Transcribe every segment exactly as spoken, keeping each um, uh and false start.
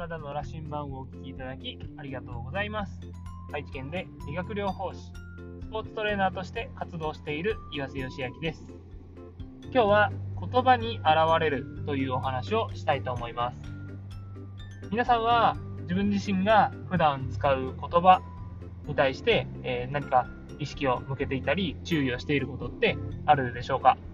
山田の羅針盤をお聞きいただきありがとうございます。愛知県で理学療法士、スポーツトレーナーとして活動している岩瀬義明です。今日は言葉に現れるというお話をしたいと思います。皆さんは自分自身が普段使う言葉に対して、えー、何か意識を向けていたり注意をしていることってあるでしょうか？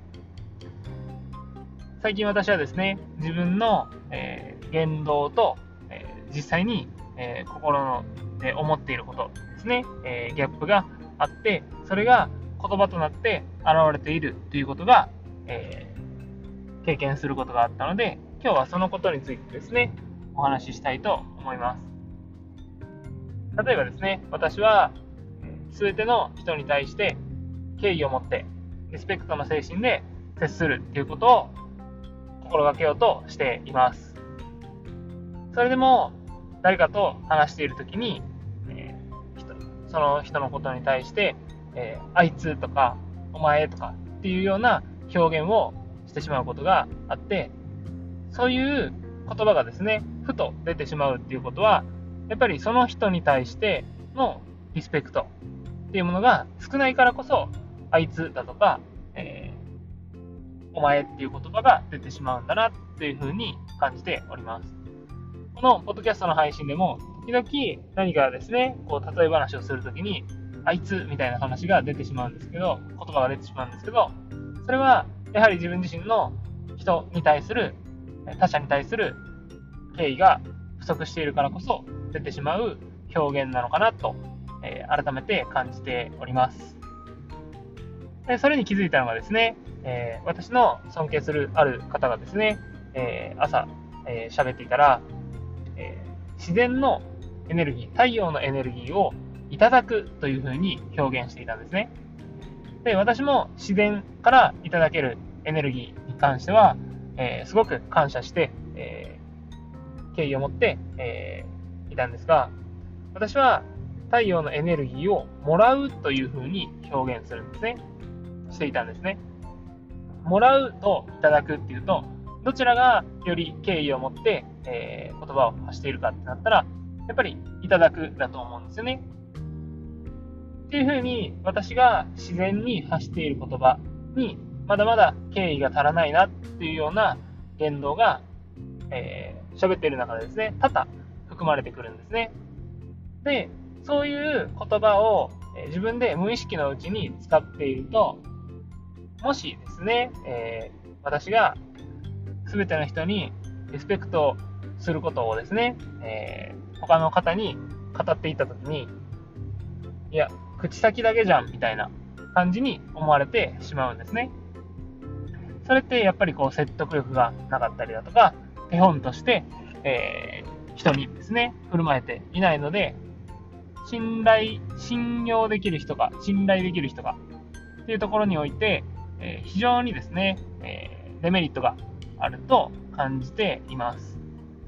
最近私はですね、自分の、えー、言動と、えー、実際に、えー、心の、えー、思っていることですね、えー、ギャップがあって、それが言葉となって現れているということが、えー、経験することがあったので、今日はそのことについてですね、お話ししたいと思います。例えばですね、私は全ての人に対して敬意を持ってリスペクトの精神で接するということを心がけようとしています。それでも誰かと話しているときに、えー、その人のことに対して、えー、あいつとかお前とかっていうような表現をしてしまうことがあって、そういう言葉がですね、ふと出てしまうっていうことは、やっぱりその人に対してのリスペクトっていうものが少ないからこそ、あいつだとか、えーお前っていう言葉が出てしまうんだなというふうに感じております。このポッドキャストの配信でも時々何かですね、こう例え話をするときにあいつみたいな話が出てしまうんですけど、言葉が出てしまうんですけど、それはやはり自分自身の人に対する、他者に対する敬意が不足しているからこそ出てしまう表現なのかなと、えー、改めて感じております。でそれに気づいたのがですね、えー、私の尊敬するある方がですね、えー、朝、えー、喋っていたら、えー、自然のエネルギー、太陽のエネルギーをいただくというふうに表現していたんですね。で、私も自然からいただけるエネルギーに関しては、えー、すごく感謝して、えー、敬意を持って、えー、いたんですが、私は太陽のエネルギーをもらうというふうに表現するんですね。していたんですね。もらうといただくっていうと、どちらがより敬意を持って、えー、言葉を発しているかってなったら、やっぱりいただくだと思うんですよね。っていうふうに、私が自然に発している言葉にまだまだ敬意が足らないなっていうような言動が、えー、喋っている中でですね、多々含まれてくるんですね。で、そういう言葉を自分で無意識のうちに使っていると、もしですね、えー、私が全ての人にリスペクトすることをですね、えー、他の方に語っていったときに、いや、口先だけじゃんみたいな感じに思われてしまうんですね。それってやっぱりこう説得力がなかったりだとか、手本として、えー、人にですね、振る舞えていないので、信頼、信用できる人が、信頼できる人がっていうところにおいて、えー、非常にですね、えー、デメリットがあると感じています。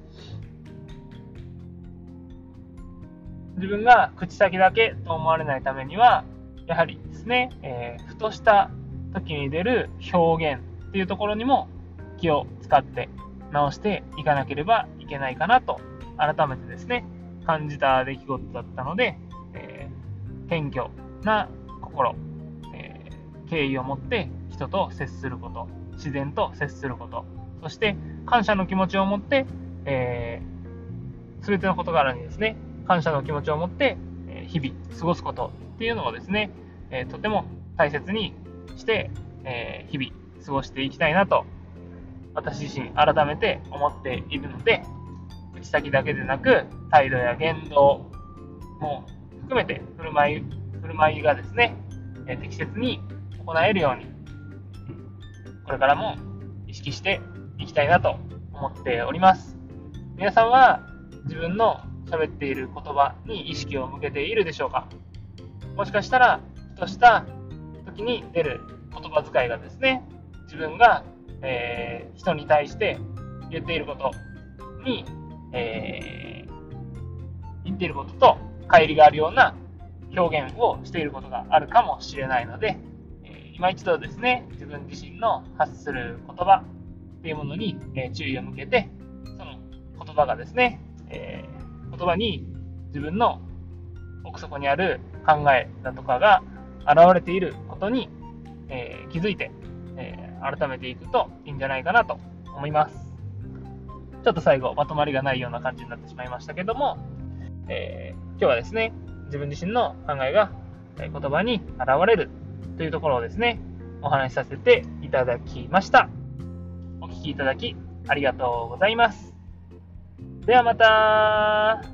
自分が口先だけと思われないためには、やはりですね、えー、ふとした時に出る表現っていうところにも気を使って直していかなければいけないかなと改めてですね、感じた出来事だったので、えー、謙虚な心、えー、敬意を持って人と接すること、自然と接すること、そして感謝の気持ちを持って、えー、全ての事柄にですね、感謝の気持ちを持って、えー、日々過ごすことっていうのをですね、えー、とても大切にして、えー、日々過ごしていきたいなと、私自身改めて思っているので、口先だけでなく、態度や言動も含めて振る舞い、振る舞いがですね、えー、適切に行えるように、これからも意識していきたいなと思っております。皆さんは自分の喋っている言葉に意識を向けているでしょうか？もしかしたら、ふとした時に出る言葉遣いがですね、自分が、えー、人に対して言っていることに、えー、言っていることと乖離があるような表現をしていることがあるかもしれないので、今一度ですね、自分自身の発する言葉っていうものに注意を向けて、その言葉がですね、 えー、言葉に自分の奥底にある考えだとかが現れていることに、えー、気づいて、えー、改めていくといいんじゃないかなと思います。ちょっと最後まとまりがないような感じになってしまいましたけども、えー、今日はですね、自分自身の考えが言葉に現れるというところをですね、お話しさせていただきました。お聞きいただきありがとうございます。ではまた。